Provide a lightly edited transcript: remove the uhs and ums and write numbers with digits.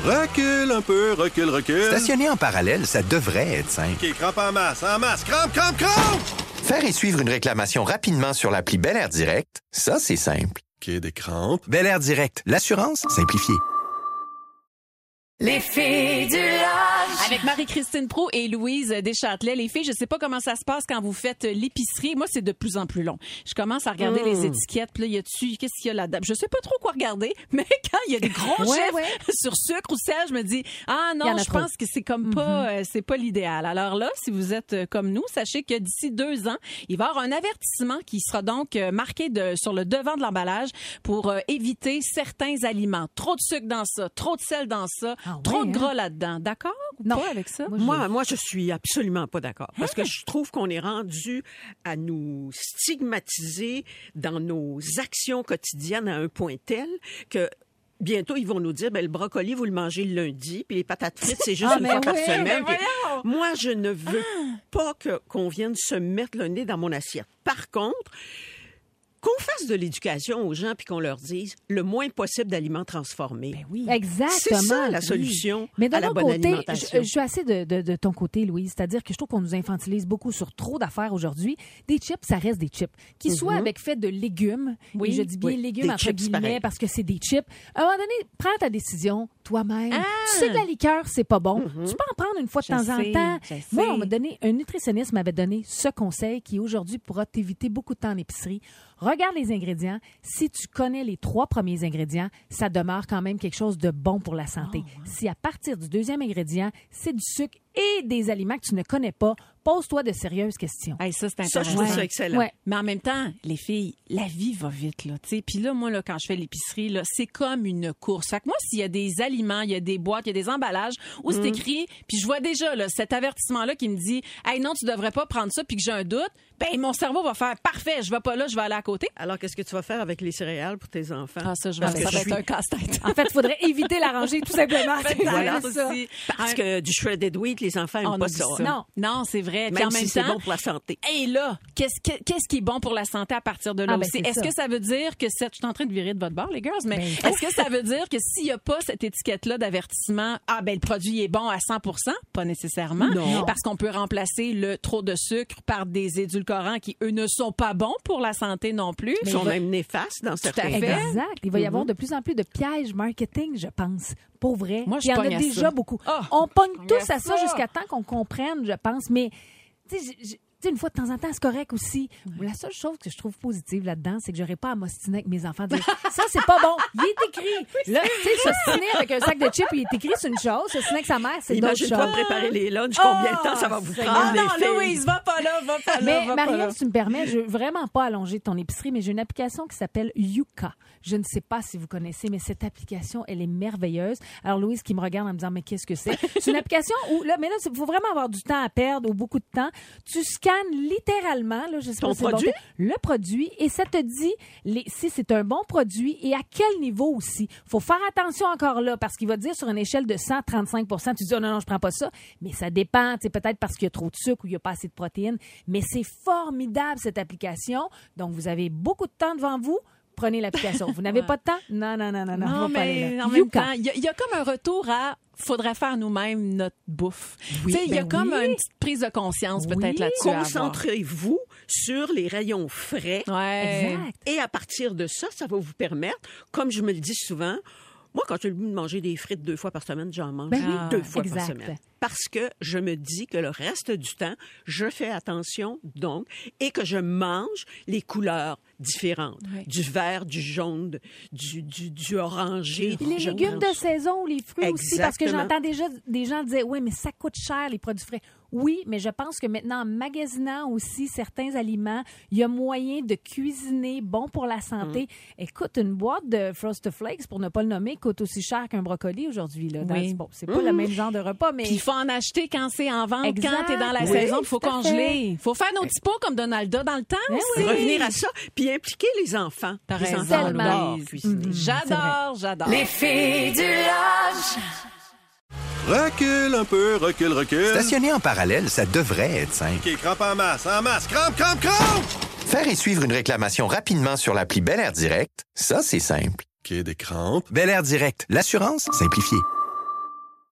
Recule un peu, recule. Stationner en parallèle, ça devrait être simple. OK, crampe en masse, crampe! Faire et suivre une réclamation rapidement sur l'appli Bel Air Direct, ça, c'est simple. OK, des crampes. Bel Air Direct, l'assurance simplifiée. Les filles du lâche. Avec Marie-Christine Proulx et Louise Deschâtelet. Les filles, je sais pas comment ça se passe quand vous faites l'épicerie. Moi, c'est de plus en plus long. Je commence à regarder les étiquettes. Puis là, qu'est-ce qu'il y a là-dedans? Je sais pas trop quoi regarder, mais quand il y a des gros chiffres sur sucre ou sel, je me dis, ah non, je pense que c'est comme pas, c'est pas l'idéal. Alors là, si vous êtes comme nous, sachez que d'ici 2 ans, il va y avoir un avertissement qui sera donc marqué sur le devant de l'emballage pour éviter certains aliments. Trop de sucre dans ça, trop de sel dans ça. Trop de gras là-dedans. D'accord ou pas avec ça? Moi, je suis absolument pas d'accord. Parce que je trouve qu'on est rendu à nous stigmatiser dans nos actions quotidiennes à un point tel que bientôt, ils vont nous dire, le brocoli, vous le mangez le lundi, puis les patates frites, c'est juste une fois par semaine. Moi, je ne veux pas qu'on vienne se mettre le nez dans mon assiette. Par contre, qu'on fasse de l'éducation aux gens puis qu'on leur dise le moins possible d'aliments transformés. Ben oui. Exactement. C'est ça la solution Mais à la bonne alimentation. Je suis assez de ton côté, Louise. C'est-à-dire que je trouve qu'on nous infantilise beaucoup sur trop d'affaires aujourd'hui. Des chips, ça reste des chips. Qu'ils soient avec fait de légumes, et je dis bien légumes entre guillemets parce que c'est des chips. À un moment donné, prends ta décision toi-même. Tu sais que la liqueur, c'est pas bon. Tu peux en prendre une fois de temps en temps. Moi, un nutritionniste m'avait donné ce conseil qui aujourd'hui pourra t'éviter beaucoup de temps en épicerie. Regarde les ingrédients. Si tu connais les 3 premiers ingrédients, ça demeure quand même quelque chose de bon pour la santé. Si à partir du 2e ingrédient, c'est du sucre et des aliments que tu ne connais pas, pose-toi de sérieuses questions. Hey, ça, c'est intéressant. Ça, je trouve ça excellent. Ouais. Mais en même temps, les filles, la vie va vite, là. Puis là, moi, là, quand je fais l'épicerie, là, c'est comme une course. Fait que moi, s'il y a des aliments, il y a des boîtes, il y a des emballages où c'est écrit, puis je vois déjà là, cet avertissement-là qui me dit « Hey, non, tu devrais pas prendre ça », puis que j'ai un doute, ben mon cerveau va faire « Parfait, je vais pas là, je vais aller à côté ». Alors, qu'est-ce que tu vas faire avec les céréales pour tes enfants? Ah, ça, ça va être un casse-tête. En fait, il faudrait éviter la rangée, tout simplement. Voilà. Ça. Parce que du shredded wheat, les enfants n'aiment pas ça. Non, c'est vrai. Même si c'est bon pour la santé. Et là, qu'est-ce qui est bon pour la santé à partir de là aussi? Est-ce que ça veut dire que je suis en train de virer de votre bord, les girls, mais est-ce que ça veut dire que s'il n'y a pas cette étiquette-là d'avertissement, le produit est bon à 100%? Pas nécessairement. Non. Parce qu'on peut remplacer le trop de sucre par des édulcorants qui, eux, ne sont pas bons pour la santé non plus. Ils sont même néfastes dans certains cas. Exact. Il va y avoir de plus en plus de pièges marketing, je pense. Pour vrai. Moi, je Il y en a déjà beaucoup. On pogne tous à ça jusqu'à temps qu'on comprenne, je pense. Mais, tu sais, une fois de temps en temps, c'est correct aussi. La seule chose que je trouve positive là-dedans, c'est que j'aurais pas à m'ostiner avec mes enfants. Dire, ça, c'est pas bon. Il est écrit. Là, tu sais, s'ostiner avec un sac de chips, il est écrit, c'est une chose. S'ostiner avec sa mère, c'est d'autres choses. Imagine-toi préparer les lunchs. Combien de temps ça va vous prendre, les filles? Louise, va pas là. Mais, Marielle, si tu me permets, je veux vraiment pas allonger ton épicerie, mais j'ai une application qui s'appelle Yuka. Je ne sais pas si vous connaissez, mais cette application, elle est merveilleuse. Alors, Louise qui me regarde en me disant, mais qu'est-ce que c'est? C'est une application où, là, il faut vraiment avoir du temps à perdre ou beaucoup de temps. Tu scannes littéralement, là, je sais pas si c'est bon, le produit et ça te dit si c'est un bon produit et à quel niveau aussi. Faut faire attention encore là parce qu'il va te dire sur une échelle de 135%, tu dis, oh non, je prends pas ça. Mais ça dépend, tu sais, peut-être parce qu'il y a trop de sucre ou il y a pas assez de protéines. Mais c'est formidable, cette application. Donc, vous avez beaucoup de temps devant vous. Prenez l'application. Vous n'avez pas de temps? Non. Non, mais en même temps, il y a comme un retour à faudrait faire nous-mêmes notre bouffe. Oui, il y a comme une petite prise de conscience peut-être là-dessus. Concentrez-vous sur les rayons frais. Ouais. Exact. Et à partir de ça, ça va vous permettre, comme je me le dis souvent, moi, quand j'ai le goût de manger des frites 2 fois par semaine, j'en mange 2 fois par semaine. Parce que je me dis que le reste du temps, je fais attention, donc, et que je mange les couleurs différentes. Oui. Du vert, du jaune, du orangé. Et les légumes de saison ou les fruits aussi, parce que j'entends déjà des gens dire, oui, mais ça coûte cher, les produits frais. Oui, mais je pense que maintenant, en magasinant aussi certains aliments, il y a moyen de cuisiner bon pour la santé. Écoute, une boîte de Frosted Flakes, pour ne pas le nommer, coûte aussi cher qu'un brocoli aujourd'hui. Là. Bon, c'est pas le même genre de repas, mais... Puis il faut en acheter quand c'est en vente, quand t'es dans la saison, il faut congeler. Il faut faire nos petits pots comme Donalda dans le temps aussi. Revenir à ça, puis impliquer les enfants. T'as les raison, enfants adorent cuisiner. J'adore. Les filles du lâche. Recule un peu, recule. Stationner en parallèle, ça devrait être simple. OK, crampe en masse, crampe! Faire et suivre une réclamation rapidement sur l'appli Bel Air Direct, ça, c'est simple. OK, des crampes. Bel Air Direct, l'assurance simplifiée.